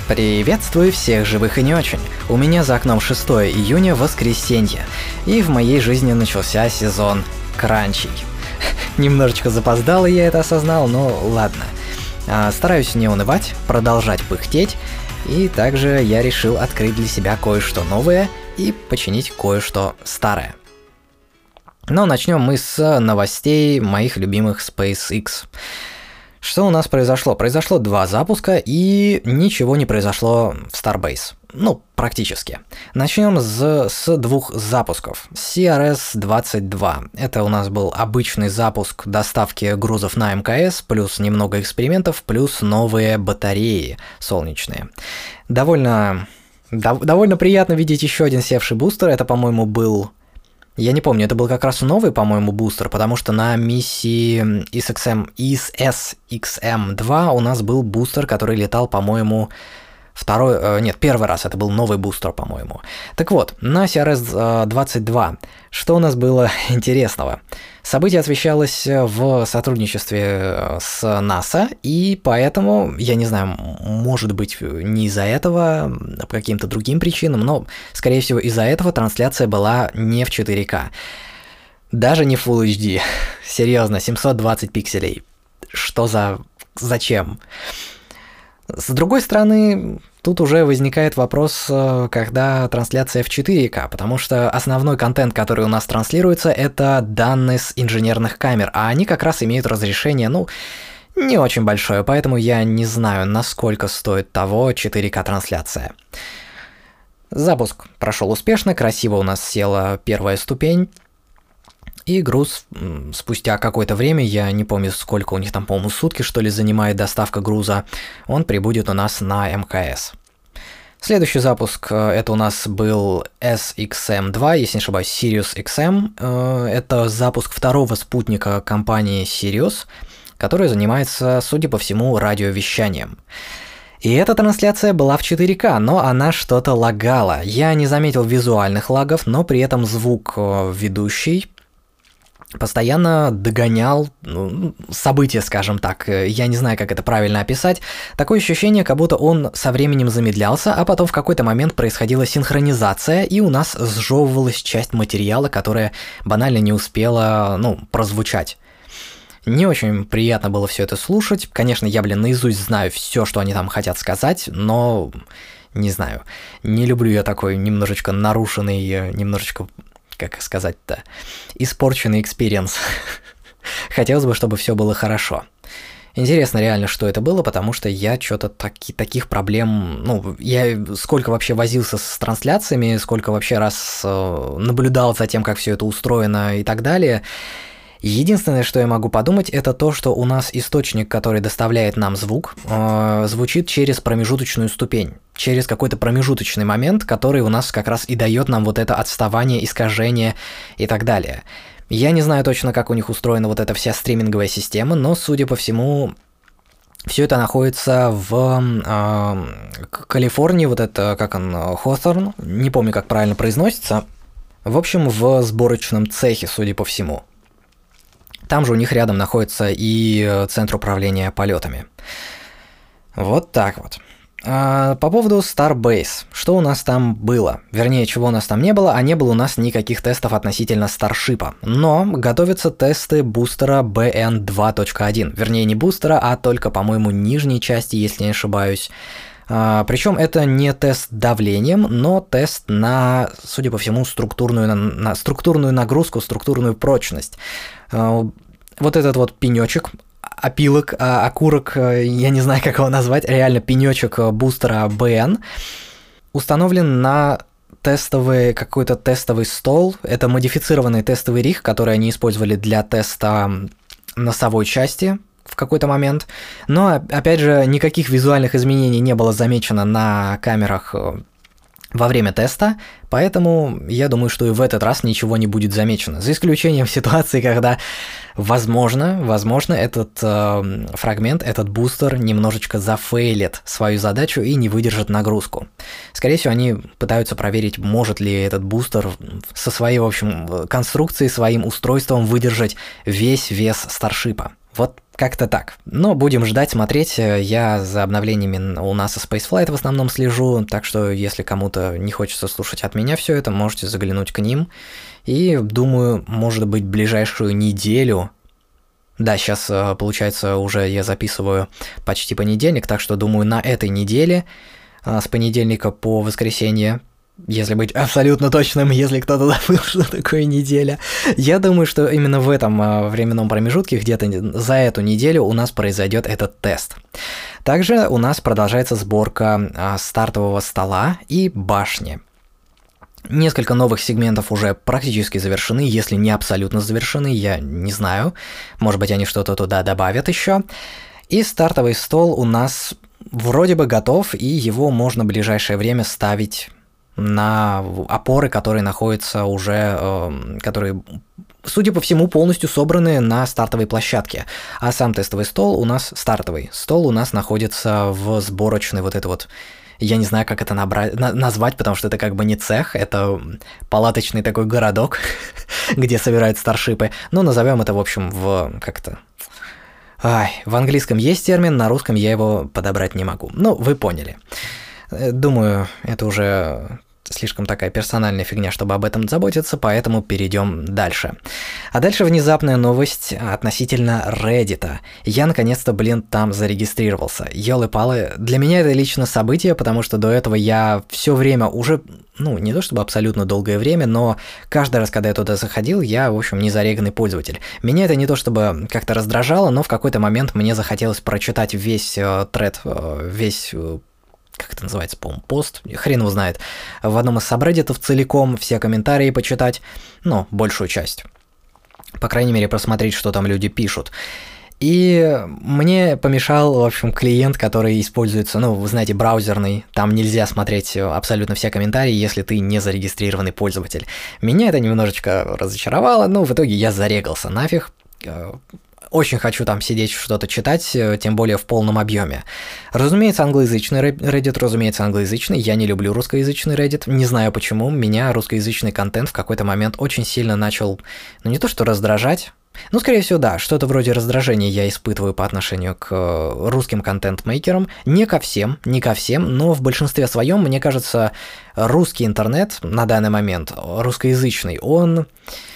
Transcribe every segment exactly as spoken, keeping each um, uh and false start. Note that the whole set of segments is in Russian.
Приветствую всех живых и не очень. У меня за окном шестое июня, воскресенье, и в моей жизни начался сезон кранчей. Немножечко запоздало я это осознал, но ладно. Стараюсь не унывать, продолжать пыхтеть, и также я решил открыть для себя кое-что новое и починить кое-что старое. Но начнем мы с новостей моих любимых SpaceX. Что у нас произошло? Произошло два запуска, и ничего не произошло в Starbase. Ну, практически. Начнем с, с двух запусков. си ар эс двадцать два. Это у нас был обычный запуск доставки грузов на эм ка эс, плюс немного экспериментов, плюс новые батареи солнечные. Довольно, дов, довольно приятно видеть еще один севший бустер. Это, по-моему, был... Я не помню, это был как раз новый, по-моему, бустер, потому что на миссии эс икс эм, эс икс эм два у нас был бустер, который летал, по-моему, второй... Э, нет, первый раз это был новый бустер, по-моему. Так вот, на си ар эс двадцать два, что у нас было интересного? Событие освещалось в сотрудничестве с НАСА, и поэтому, я не знаю, может быть, не из-за этого, а по каким-то другим причинам, но, скорее всего, из-за этого трансляция была не в четыре ка. Даже не Full эйч ди. Серьезно, семьсот двадцать пикселей. Что за... Зачем? С другой стороны, тут уже возникает вопрос, когда трансляция в четыре ка, потому что основной контент, который у нас транслируется, это данные с инженерных камер, а они как раз имеют разрешение, ну, не очень большое, поэтому я не знаю, насколько стоит того четыре ка трансляция. Запуск прошел успешно, красиво у нас села первая ступень. И груз спустя какое-то время, я не помню сколько у них там, по-моему, сутки, что ли, занимает доставка груза, он прибудет у нас на эм ка эс. Следующий запуск, это у нас был эс икс эм два, если не ошибаюсь, Sirius икс эм. Это запуск второго спутника компании Sirius, который занимается, судя по всему, радиовещанием. И эта трансляция была в четыре ка, но она что-то лагала. Я не заметил визуальных лагов, но при этом звук ведущий постоянно догонял ну, события, скажем так. Я не знаю, как это правильно описать. Такое ощущение, как будто он со временем замедлялся, а потом в какой-то момент происходила синхронизация, и у нас сжевывалась часть материала, которая банально не успела, ну, прозвучать. Не очень приятно было все это слушать. Конечно, я, блин, наизусть знаю все, что они там хотят сказать, но не знаю. Не люблю я такой немножечко нарушенный, немножечко... как сказать-то, испорченный экспириенс. Хотелось бы, чтобы все было хорошо. Интересно реально, что это было, потому что я что-то таки, таких проблем... Ну, я сколько вообще возился с трансляциями, сколько вообще раз э, наблюдал за тем, как все это устроено и так далее. Единственное, что я могу подумать, это то, что у нас источник, который доставляет нам звук, э, звучит через промежуточную ступень, через какой-то промежуточный момент, который у нас как раз и дает нам вот это отставание, искажение и так далее. Я не знаю точно, как у них устроена вот эта вся стриминговая система, но, судя по всему, все это находится в э, Калифорнии, вот это, как он, Hawthorne, не помню, как правильно произносится. В общем, в сборочном цехе, судя по всему. Там же у них рядом находится и центр управления полетами. Вот так вот. А по поводу Starbase. Что у нас там было? Вернее, чего у нас там не было, а не было у нас никаких тестов относительно Старшипа. Но готовятся тесты бустера би эн два точка один. Вернее, не бустера, а только, по-моему, нижней части, если не ошибаюсь. А, причем это не тест давлением, но тест на, судя по всему, структурную, на, на структурную нагрузку, структурную прочность. А, вот этот вот пенечек, опилок, а, окурок, я не знаю, как его назвать, реально пенечек бустера би эн, установлен на тестовый, какой-то тестовый стол. Это модифицированный тестовый риг, который они использовали для теста носовой части в какой-то момент. Но, опять же, никаких визуальных изменений не было замечено на камерах во время теста, поэтому я думаю, что и в этот раз ничего не будет замечено. За исключением ситуации, когда, возможно, возможно, этот э, фрагмент, этот бустер немножечко зафейлит свою задачу и не выдержит нагрузку. Скорее всего, они пытаются проверить, может ли этот бустер со своей, в общем, конструкцией, своим устройством выдержать весь вес Старшипа. Вот как-то так. Но будем ждать, смотреть. Я за обновлениями у нас и Spaceflight в основном слежу, так что если кому-то не хочется слушать от меня все это, можете заглянуть к ним. И думаю, может быть, ближайшую неделю... Да, сейчас, получается, уже я записываю почти понедельник, так что, думаю, на этой неделе, с понедельника по воскресенье, если быть абсолютно точным, если кто-то забыл, что такое неделя, я думаю, что именно в этом временном промежутке, где-то за эту неделю у нас произойдет этот тест. Также у нас продолжается сборка стартового стола и башни. Несколько новых сегментов уже практически завершены, если не абсолютно завершены, я не знаю. Может быть, они что-то туда добавят еще. И стартовый стол у нас вроде бы готов, и его можно в ближайшее время ставить на опоры, которые находятся уже, э, которые, судя по всему, полностью собраны на стартовой площадке. А сам тестовый стол у нас, стартовый стол у нас находится в сборочной вот этой вот... Я не знаю, как это набрать, на, назвать, потому что это как бы не цех, это палаточный такой городок, где собирают старшипы. Но назовем это, в общем, в как-то... Ай, в английском есть термин, на русском я его подобрать не могу. Ну, вы поняли. Думаю, это уже слишком такая персональная фигня, чтобы об этом заботиться, поэтому перейдем дальше. А дальше внезапная новость относительно Reddit. Я наконец-то, блин, там зарегистрировался. Ёлы-палы, для меня это лично событие, потому что до этого я все время уже, ну, не то чтобы абсолютно долгое время, но каждый раз, когда я туда заходил, я, в общем, не зареганный пользователь. Меня это не то чтобы как-то раздражало, но в какой-то момент мне захотелось прочитать весь э, тред, э, весь... Э, как это называется, по-моему, пост, хрен его знает, в одном из сабреддитов целиком, все комментарии почитать, ну, большую часть. По крайней мере, просмотреть, что там люди пишут. И мне помешал, в общем, клиент, который используется, ну, вы знаете, браузерный, там нельзя смотреть абсолютно все комментарии, если ты не зарегистрированный пользователь. Меня это немножечко разочаровало, но в итоге я зарегался нафиг. Очень хочу там сидеть, что-то читать, тем более в полном объеме. Разумеется, англоязычный Reddit, разумеется, англоязычный. Я не люблю русскоязычный Reddit. Не знаю почему. Меня русскоязычный контент в какой-то момент очень сильно начал, ну не то что раздражать, ну, скорее всего, да, что-то вроде раздражения я испытываю по отношению к русским контент-мейкерам. Не ко всем, не ко всем, но в большинстве своем, мне кажется, русский интернет на данный момент, русскоязычный, он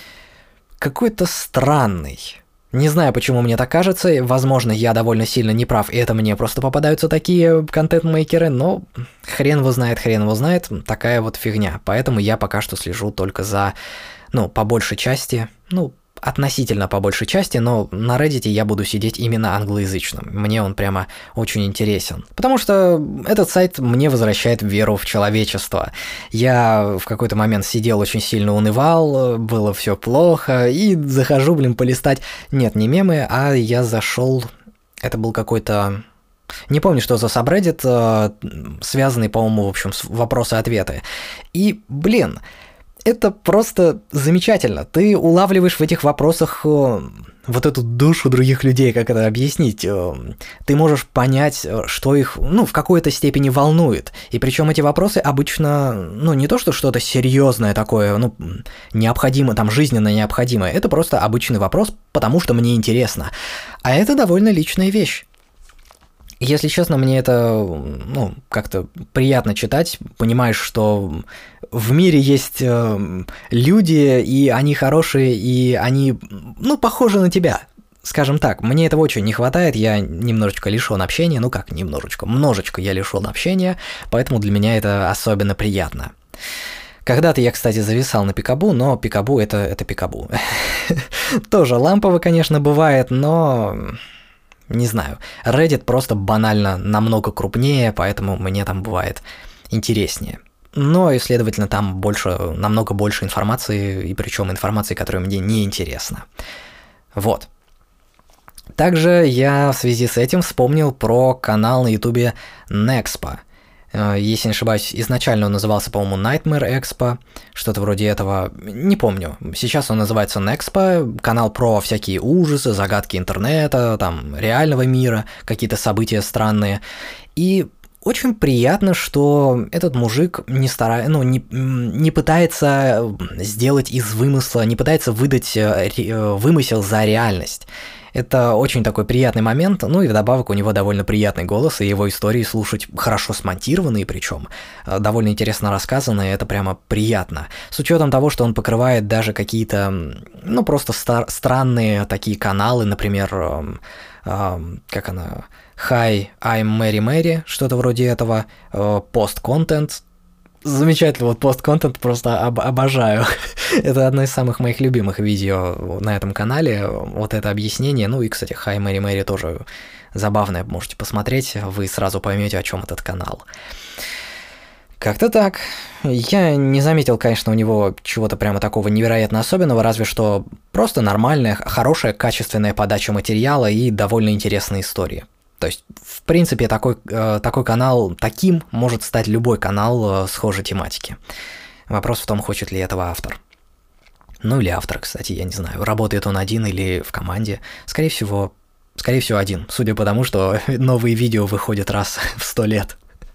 какой-то странный. Не знаю, почему мне так кажется, возможно, я довольно сильно неправ, и это мне просто попадаются такие контент-мейкеры, но хрен его знает, хрен его знает, такая вот фигня. Поэтому я пока что слежу только за, ну, по большей части, ну, относительно по большей части, но на Reddit я буду сидеть именно англоязычным. Мне он прямо очень интересен. Потому что этот сайт мне возвращает веру в человечество. Я в какой-то момент сидел, очень сильно унывал, было все плохо, и захожу, блин, полистать. Нет, не мемы, а я зашел. Это был какой-то... Не помню, что за сабреддит, связанный, по-моему, в общем, с вопросы-ответы. И, блин... Это просто замечательно. Ты улавливаешь в этих вопросах э, вот эту душу других людей, как это объяснить. Э, ты можешь понять, что их, ну, в какой-то степени волнует. И причем эти вопросы обычно, ну, не то, что что-то серьезное такое, ну, необходимо, там, жизненно необходимое. Это просто обычный вопрос, потому что мне интересно. А это довольно личная вещь. Если честно, мне это, ну, как-то приятно читать, понимаешь, что в мире есть э, люди, и они хорошие, и они, ну, похожи на тебя, скажем так. Мне этого очень не хватает, я немножечко лишён общения, ну как немножечко, множечко я лишён общения, поэтому для меня это особенно приятно. Когда-то я, кстати, зависал на Пикабу, но Пикабу это, это Пикабу. Тоже лампово, конечно, бывает, но... Не знаю, Reddit просто банально намного крупнее, поэтому мне там бывает интереснее. Но и, следовательно, там больше, намного больше информации, и причем информации, которая мне не интересна. Вот. Также я в связи с этим вспомнил про канал на ютубе Nexpo. Если не ошибаюсь, изначально он назывался, по-моему, Nightmare Expo, что-то вроде этого, не помню. Сейчас он называется Nexpo, канал про всякие ужасы, загадки интернета, там, реального мира, какие-то события странные. И очень приятно, что этот мужик не старается, ну, не, не пытается сделать из вымысла, не пытается выдать вымысел за реальность. Это очень такой приятный момент, ну и вдобавок у него довольно приятный голос, и его истории слушать хорошо смонтированные, причем довольно интересно рассказанные, это прямо приятно. С учетом того, что он покрывает даже какие-то, ну просто стар- странные такие каналы, например, эм, эм, как она, Hi, I'm Mary Mary, что-то вроде этого, э, пост-контент. Замечательно, вот пост-контент просто об- обожаю. Это одно из самых моих любимых видео на этом канале, вот это объяснение. Ну и, кстати, Hi, Mary Mary тоже забавное, можете посмотреть, вы сразу поймете, о чем этот канал. Как-то так. Я не заметил, конечно, у него чего-то прямо такого невероятно особенного, разве что просто нормальная, хорошая, качественная подача материала и довольно интересные истории. То есть, в принципе, такой, э, такой канал, таким может стать любой канал э, схожей тематики. Вопрос в том, хочет ли этого автор. Ну или автор, кстати, я не знаю, работает он один или в команде. Скорее всего, скорее всего один, судя по тому, что новые видео выходят раз в сто лет.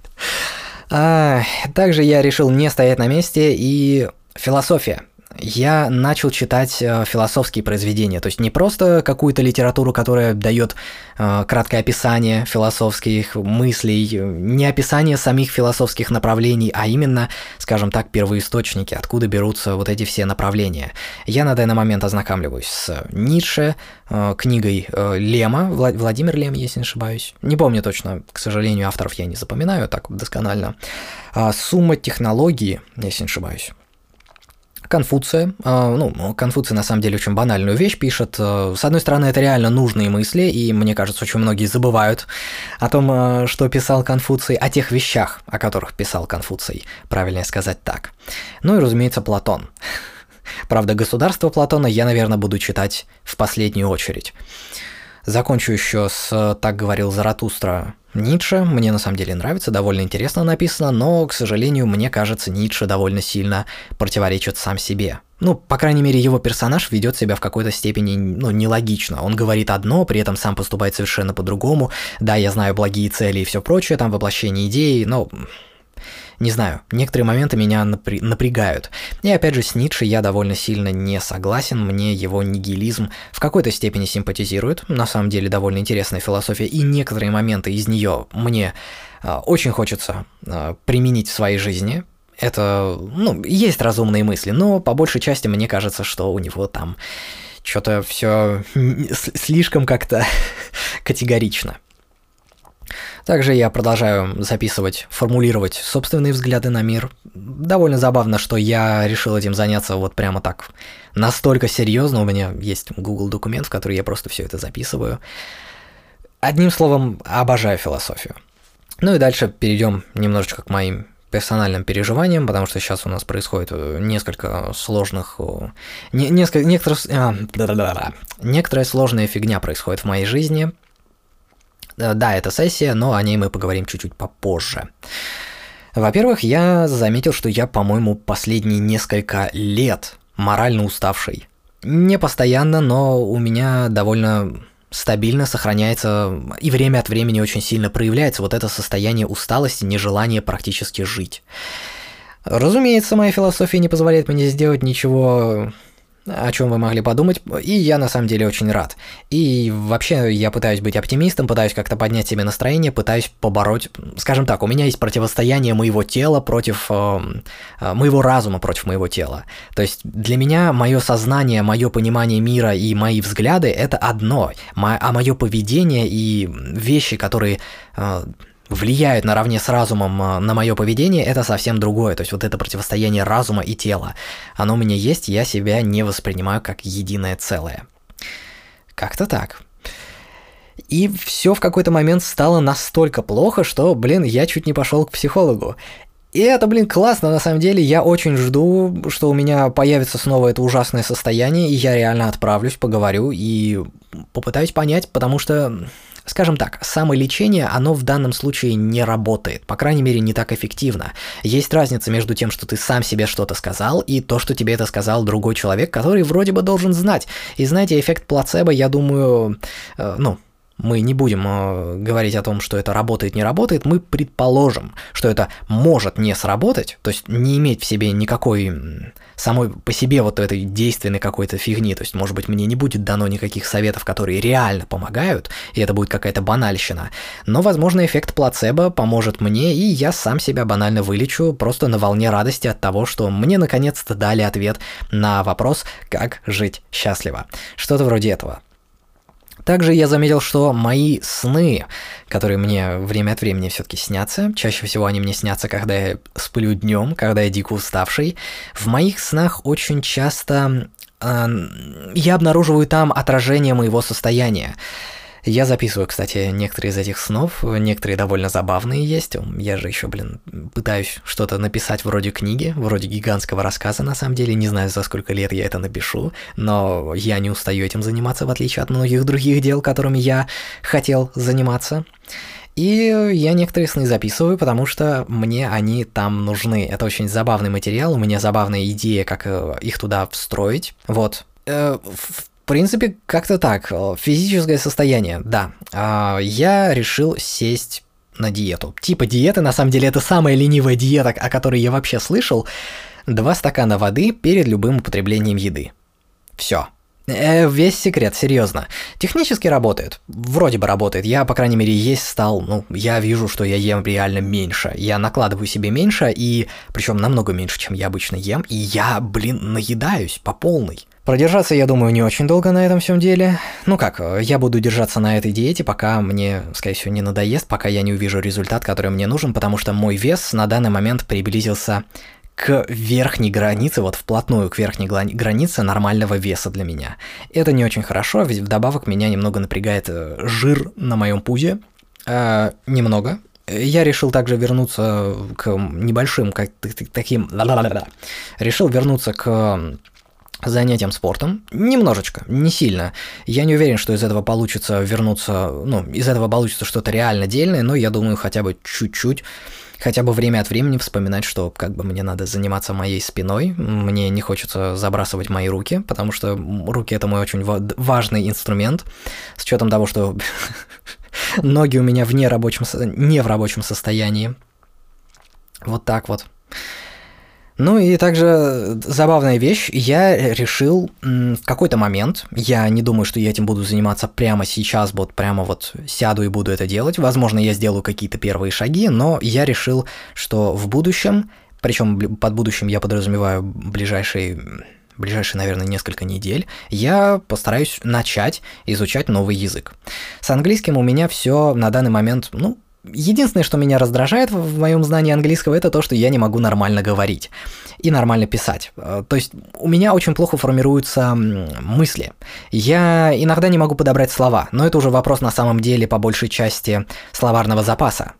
А, также я решил не стоять на месте, и философия. Я начал читать э, философские произведения, то есть не просто какую-то литературу, которая дает э, краткое описание философских мыслей, не описание самих философских направлений, а именно, скажем так, первоисточники, откуда берутся вот эти все направления. Я на данный момент ознакомливаюсь с Ницше, э, книгой э, Лема, Влад- Владимир Лем, если не ошибаюсь, не помню точно, к сожалению, авторов я не запоминаю так досконально, э, «Сумма технологии», если не ошибаюсь. Конфуция. Ну, Конфуций на самом деле очень банальную вещь пишет. С одной стороны, это реально нужные мысли, и мне кажется, очень многие забывают о том, что писал Конфуций, о тех вещах, о которых писал Конфуций, правильнее сказать так. Ну и, разумеется, Платон. Правда, «Государство» Платона я, наверное, буду читать в последнюю очередь. Закончу еще с «Так говорил Заратустра» Ницше. Мне на самом деле нравится, довольно интересно написано, но, к сожалению, мне кажется, Ницше довольно сильно противоречит сам себе. Ну, по крайней мере, его персонаж ведет себя в какой-то степени, ну, нелогично. Он говорит одно, при этом сам поступает совершенно по-другому. Да, я знаю благие цели и все прочее, там воплощение идеи, но... Не знаю, некоторые моменты меня напря- напрягают. И опять же, с Ницше я довольно сильно не согласен, мне его нигилизм в какой-то степени симпатизирует. На самом деле довольно интересная философия, и некоторые моменты из нее мне э, очень хочется э, применить в своей жизни. Это, ну, есть разумные мысли, но по большей части мне кажется, что у него там что-то все слишком как-то категорично. Также я продолжаю записывать, формулировать собственные взгляды на мир. Довольно забавно, что я решил этим заняться вот прямо так настолько серьезно. У меня есть Google документ, в который я просто все это записываю. Одним словом, обожаю философию. Ну и дальше перейдем немножечко к моим персональным переживаниям, потому что сейчас у нас происходит несколько сложных... Не, несколько, некоторые, а, некоторая сложная фигня происходит в моей жизни. Да, это сессия, но о ней мы поговорим чуть-чуть попозже. Во-первых, я заметил, что я, по-моему, последние несколько лет морально уставший. Не постоянно, но у меня довольно стабильно сохраняется и время от времени очень сильно проявляется вот это состояние усталости, нежелание практически жить. Разумеется, моя философия не позволяет мне сделать ничего... о чем вы могли подумать, и я на самом деле очень рад. И вообще я пытаюсь быть оптимистом, пытаюсь как-то поднять себе настроение, пытаюсь побороть, скажем так, у меня есть противостояние моего тела против, э, моего разума против моего тела. То есть для меня мое сознание, мое понимание мира и мои взгляды – это одно, а мое поведение и вещи, которые... Э, влияют наравне с разумом на мое поведение, это совсем другое. То есть вот это противостояние разума и тела. Оно у меня есть, я себя не воспринимаю как единое целое. Как-то так. И все в какой-то момент стало настолько плохо, что, блин, я чуть не пошел к психологу. И это, блин, классно, на самом деле. Я очень жду, что у меня появится снова это ужасное состояние, и я реально отправлюсь, поговорю и попытаюсь понять, потому что... Скажем так, самолечение, оно в данном случае не работает, по крайней мере, не так эффективно. Есть разница между тем, что ты сам себе что-то сказал, и то, что тебе это сказал другой человек, который вроде бы должен знать. И знаете, эффект плацебо, я думаю, э, ну, Мы не будем э, говорить о том, что это работает, не работает, мы предположим, что это может не сработать, то есть не иметь в себе никакой самой по себе вот этой действенной какой-то фигни, то есть, может быть, мне не будет дано никаких советов, которые реально помогают, и это будет какая-то банальщина, но, возможно, эффект плацебо поможет мне, и я сам себя банально вылечу просто на волне радости от того, что мне наконец-то дали ответ на вопрос, как жить счастливо. Что-то вроде этого. Также я заметил, что мои сны, которые мне время от времени все-таки снятся, чаще всего они мне снятся, когда я сплю днем, когда я дико уставший, в моих снах очень часто э, я обнаруживаю там отражение моего состояния. Я записываю, кстати, некоторые из этих снов, некоторые довольно забавные есть. Я же еще, блин, пытаюсь что-то написать вроде книги, вроде гигантского рассказа, на самом деле. Не знаю, за сколько лет я это напишу, но я не устаю этим заниматься, в отличие от многих других дел, которыми я хотел заниматься. И я некоторые сны записываю, потому что мне они там нужны. Это очень забавный материал, у меня забавная идея, как их туда встроить. Вот. В принципе, как-то так. Физическое состояние, да. Я решил сесть на диету. Типа диеты, на самом деле, это самая ленивая диета, о которой я вообще слышал. Два стакана воды перед любым употреблением еды. Все. Э, весь секрет, серьезно. Технически работает. Вроде бы работает. Я, по крайней мере, есть стал, ну, я вижу, что я ем реально меньше. Я накладываю себе меньше, и причем намного меньше, чем я обычно ем, и я, блин, наедаюсь по полной. Продержаться, я думаю, не очень долго на этом всем деле. Ну как, я буду держаться на этой диете, пока мне, скорее всего, не надоест, пока я не увижу результат, который мне нужен, потому что мой вес на данный момент приблизился к верхней границе, вот вплотную к верхней границе нормального веса для меня. Это не очень хорошо, ведь вдобавок меня немного напрягает жир на моем пузе. Э, немного. Я решил также вернуться к небольшим, как таким... Решил вернуться к... занятием спортом. Немножечко, не сильно. Я не уверен, что из этого получится вернуться, ну, из этого получится что-то реально дельное, но я думаю, хотя бы чуть-чуть, хотя бы время от времени вспоминать, что как бы мне надо заниматься моей спиной, мне не хочется забрасывать мои руки, потому что руки — это мой очень важный инструмент, с учетом того, что ноги у меня вне рабочем, не в рабочем состоянии. Вот так вот. Ну и также забавная вещь, я решил в какой-то момент, я не думаю, что я этим буду заниматься прямо сейчас, вот прямо вот сяду и буду это делать, возможно, я сделаю какие-то первые шаги, но я решил, что в будущем, причем под будущим я подразумеваю ближайшие, ближайшие, наверное, несколько недель, я постараюсь начать изучать новый язык. С английским у меня все на данный момент, ну, единственное, что меня раздражает в моем знании английского, это то, что я не могу нормально говорить и нормально писать. То есть у меня очень плохо формируются мысли. Я иногда не могу подобрать слова, но это уже вопрос на самом деле по большей части словарного запаса.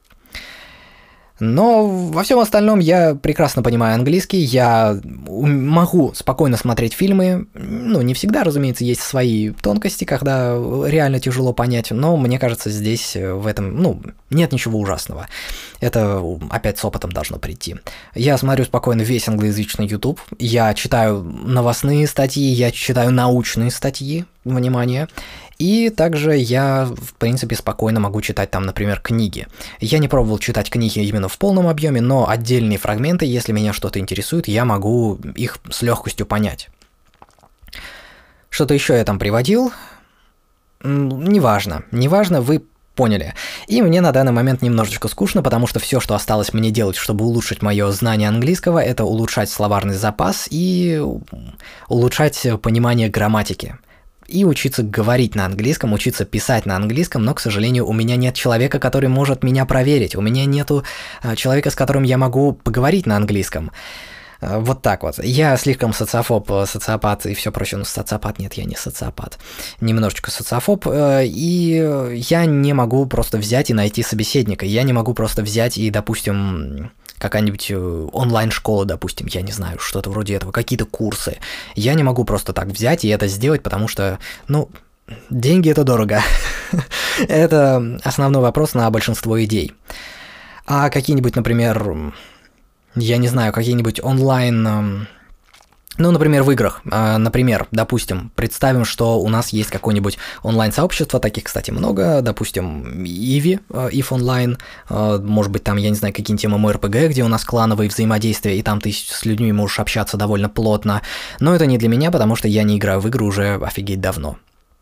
Но во всем остальном я прекрасно понимаю английский, я могу спокойно смотреть фильмы, ну, не всегда, разумеется, есть свои тонкости, когда реально тяжело понять, но мне кажется, здесь в этом, ну, нет ничего ужасного. Это опять с опытом должно прийти. Я смотрю спокойно весь англоязычный YouTube, я читаю новостные статьи, я читаю научные статьи, внимание, и также я, в принципе, спокойно могу читать там, например, книги. Я не пробовал читать книги именно в полном объеме, но отдельные фрагменты, если меня что-то интересует, я могу их с легкостью понять. Что-то еще я там приводил? Неважно, неважно, вы поняли. И мне на данный момент немножечко скучно, потому что все, что осталось мне делать, чтобы улучшить мое знание английского, это улучшать словарный запас и улучшать понимание грамматики. И учиться говорить на английском, учиться писать на английском, но, к сожалению, у меня нет человека, который может меня проверить, у меня нету человека, с которым я могу поговорить на английском. Вот так вот. Я слишком социофоб, социопат и все прочее. Ну, социопат нет, я не социопат. Немножечко социофоб. И я не могу просто взять и найти собеседника. Я не могу просто взять и, допустим, какая-нибудь онлайн-школа, допустим, я не знаю, что-то вроде этого, какие-то курсы. Я не могу просто так взять и это сделать, потому что, ну, деньги — это дорого. Это основной вопрос на большинство идей. А какие-нибудь, например, я не знаю, какие-нибудь онлайн Ну, например, в играх. Например, допустим, представим, что у нас есть какое-нибудь онлайн-сообщество, таких, кстати, много, допустим, Иви, ив онлайн, может быть, там, я не знаю, какие-нибудь эм эм о эр пи джи, где у нас клановые взаимодействия, и там ты с людьми можешь общаться довольно плотно, но это не для меня, потому что я не играю в игры уже офигеть давно.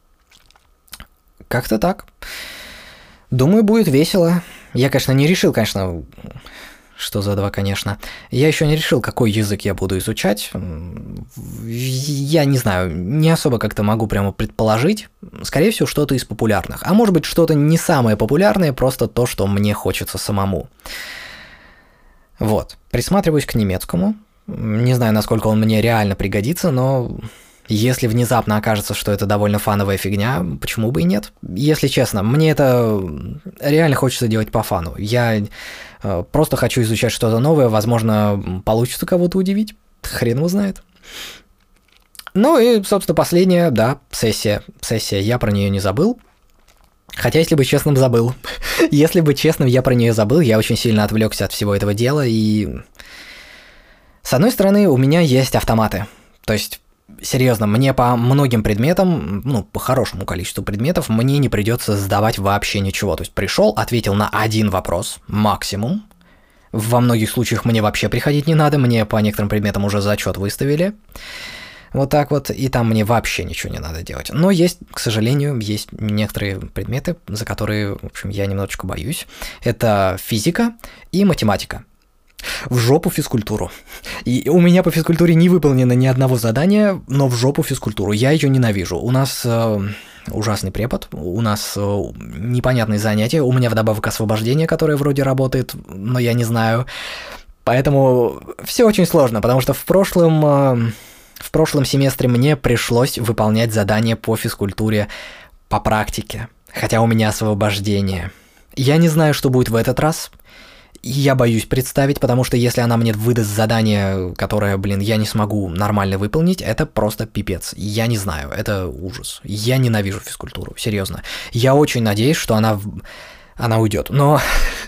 Как-то так. Думаю, будет весело. Я, конечно, не решил, конечно... Что за два, конечно. Я еще не решил, какой язык я буду изучать. Я не знаю, не особо как-то могу прямо предположить. Скорее всего, что-то из популярных. А может быть, что-то не самое популярное, просто то, что мне хочется самому. Вот. Присматриваюсь к немецкому. Не знаю, насколько он мне реально пригодится, но... Если внезапно окажется, что это довольно фановая фигня, почему бы и нет? Если честно, мне это реально хочется делать по фану. Я просто хочу изучать что-то новое, возможно, получится кого-то удивить, хрен его знает. Ну и, собственно, последняя, да, сессия. Сессия, я про нее не забыл. Хотя, если быть честным, забыл. Если быть честным, я про нее забыл, я очень сильно отвлекся от всего этого дела, и... С одной стороны, у меня есть автоматы, то есть... Серьезно, мне по многим предметам, ну, по хорошему количеству предметов, мне не придется сдавать вообще ничего. То есть пришел, ответил на один вопрос, максимум. Во многих случаях мне вообще приходить не надо, мне по некоторым предметам уже зачет выставили. Вот так вот, и там мне вообще ничего не надо делать. Но есть, к сожалению, есть некоторые предметы, за которые, в общем, я немножечко боюсь. Это физика и математика. В жопу физкультуру. И у меня по физкультуре не выполнено ни одного задания, но в жопу физкультуру. Я ее ненавижу. У нас э, ужасный препод, у нас э, непонятные занятия, у меня вдобавок освобождение, которое вроде работает, но я не знаю. Поэтому все очень сложно, потому что в прошлом, э, в прошлом семестре мне пришлось выполнять задания по физкультуре по практике, хотя у меня освобождение. Я не знаю, что будет в этот раз. Я боюсь представить, потому что если она мне выдаст задание, которое, блин, я не смогу нормально выполнить, это просто пипец. Я не знаю, это ужас. Я ненавижу физкультуру, серьезно. Я очень надеюсь, что она, она уйдет, но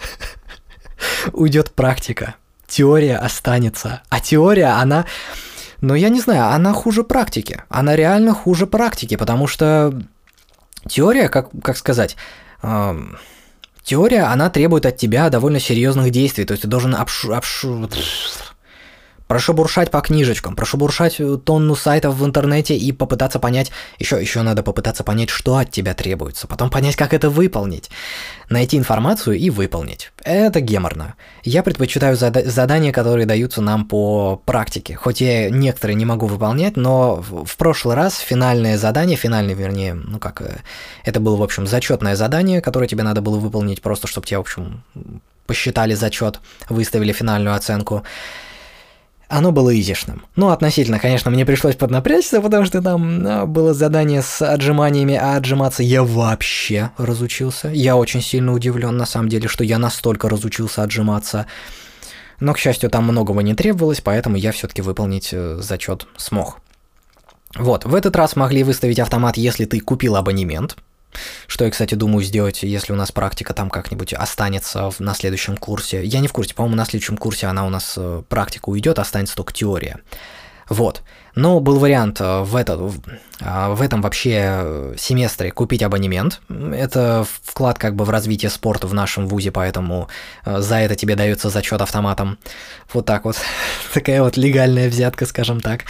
уйдет практика. Теория останется. А теория, она... Ну, я не знаю, она хуже практики. Она реально хуже практики, потому что теория, как, как сказать... Эм... Теория, она требует от тебя довольно серьезных действий, то есть ты должен обшу... обшу... прошебуршать по книжечкам, прошебуршать тонну сайтов в интернете и попытаться понять, еще, еще надо попытаться понять, что от тебя требуется, потом понять, как это выполнить, найти информацию и выполнить. Это геморно. Я предпочитаю зада- задания, которые даются нам по практике, хоть я некоторые не могу выполнять, но в, в прошлый раз финальное задание, финальное, вернее, ну как, это было, в общем, зачетное задание, которое тебе надо было выполнить просто, чтобы тебе, в общем, посчитали зачет, выставили финальную оценку. Оно было изишным. Ну, относительно, конечно, мне пришлось поднапрячься, потому что там а, было задание с отжиманиями, а отжиматься я вообще разучился. Я очень сильно удивлен, на самом деле, что я настолько разучился отжиматься. Но, к счастью, там многого не требовалось, поэтому я все-таки выполнить э, зачет смог. Вот, в этот раз могли выставить автомат, если ты купил абонемент. Что я, кстати, думаю сделать, если у нас практика там как-нибудь останется на следующем курсе. Я не в курсе, по-моему, на следующем курсе она у нас практика уйдет, останется только теория. Вот. Но был вариант в, это, в этом вообще семестре купить абонемент. Это вклад как бы в развитие спорта в нашем вузе, поэтому за это тебе дается зачет автоматом. Вот так вот. Такая вот легальная взятка, скажем так.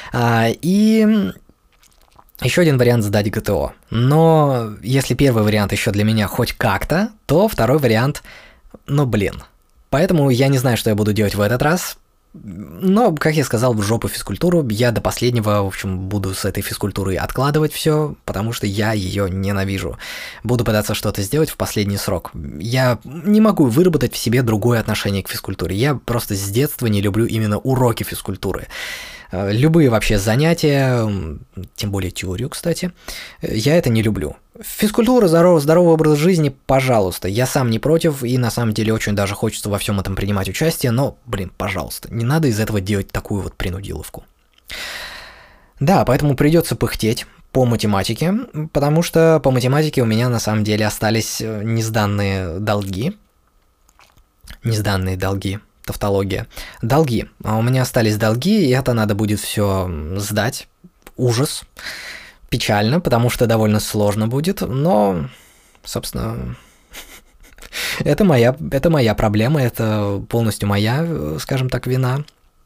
И... Еще один вариант сдать гэ тэ о. Но если первый вариант еще для меня хоть как-то, то второй вариант, ну блин. Поэтому я не знаю, что я буду делать в этот раз. Но, как я сказал, в жопу физкультуру. Я до последнего, в общем, буду с этой физкультурой откладывать все, потому что я ее ненавижу. Буду пытаться что-то сделать в последний срок. Я не могу выработать в себе другое отношение к физкультуре. Я просто с детства не люблю именно уроки физкультуры. Любые вообще занятия, тем более теорию, кстати, я это не люблю. Физкультура, здоров, здоровый образ жизни, пожалуйста, я сам не против, и на самом деле очень даже хочется во всем этом принимать участие, но, блин, пожалуйста, не надо из этого делать такую вот принудиловку. Да, поэтому придется пыхтеть по математике, потому что по математике у меня на самом деле остались несданные долги. Несданные долги. тавтология. Долги. А у меня остались долги, и это надо будет все сдать. Ужас. Печально, потому что довольно сложно будет, но, собственно, это моя, это моя проблема, это полностью моя, скажем так, вина.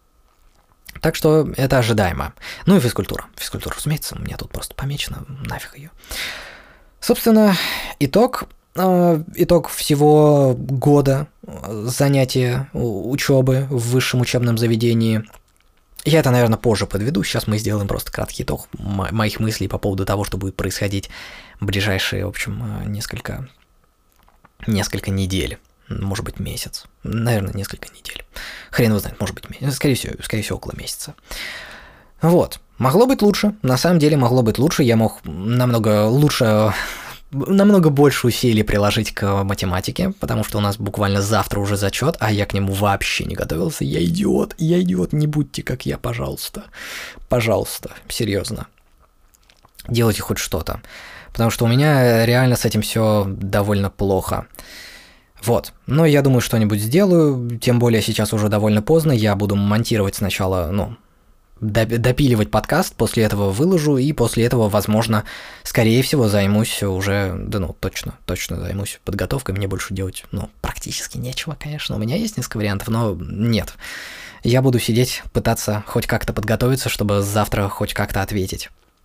Так что это ожидаемо. Ну и физкультура. Физкультура, разумеется, у меня тут просто помечено, нафиг ее. Собственно, итог. Итог всего года занятия учебы в высшем учебном заведении. Я это, наверное, позже подведу. Сейчас мы сделаем просто краткий итог мо- моих мыслей по поводу того, что будет происходить в ближайшие, в общем, несколько, несколько недель. Может быть, месяц. Наверное, несколько недель. Хрен его знает, может быть, месяц. Скорее всего, скорее всего, около месяца. Вот. Могло быть лучше. На самом деле, могло быть лучше. Я мог намного лучше... намного больше усилий приложить к математике, потому что у нас буквально завтра уже зачет, а я к нему вообще не готовился. Я идиот, я идиот, не будьте как я, пожалуйста. Пожалуйста, серьезно. Делайте хоть что-то. Потому что у меня реально с этим все довольно плохо. Вот. Но я думаю, что-нибудь сделаю, тем более сейчас уже довольно поздно. Я буду монтировать сначала, ну... допиливать подкаст, после этого выложу, и после этого, возможно, скорее всего, займусь уже, да ну, точно, точно займусь подготовкой, мне больше делать, ну, практически нечего, конечно, у меня есть несколько вариантов, но нет. Я буду сидеть, пытаться хоть как-то подготовиться, чтобы завтра хоть как-то ответить.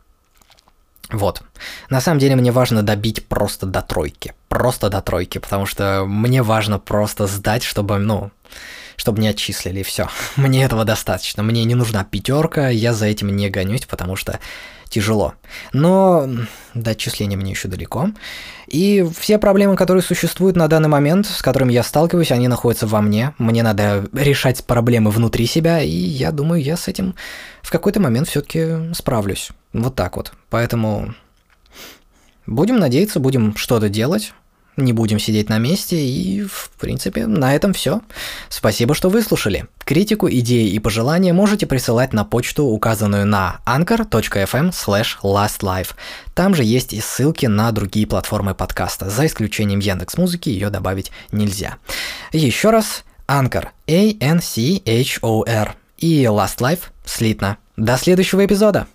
Вот. На самом деле мне важно добить просто до тройки, просто до тройки, потому что мне важно просто сдать, чтобы, ну... чтобы не отчислили, и все. Мне этого достаточно. Мне не нужна пятерка, я за этим не гонюсь, потому что тяжело. Но до отчисления мне еще далеко. И все проблемы, которые существуют на данный момент, с которыми я сталкиваюсь, они находятся во мне. Мне надо решать проблемы внутри себя, и я думаю, я с этим в какой-то момент все-таки справлюсь. Вот так вот. Поэтому будем надеяться, будем что-то делать. Не будем сидеть на месте, и, в принципе, на этом все. Спасибо, что выслушали. Критику, идеи и пожелания можете присылать на почту, указанную на anchor.fm slash lastlife. Там же есть и ссылки на другие платформы подкаста. За исключением Яндекс.Музыки, ее добавить нельзя. Еще раз, Anchor, A N C H O R, и Last Life слитно. До следующего эпизода!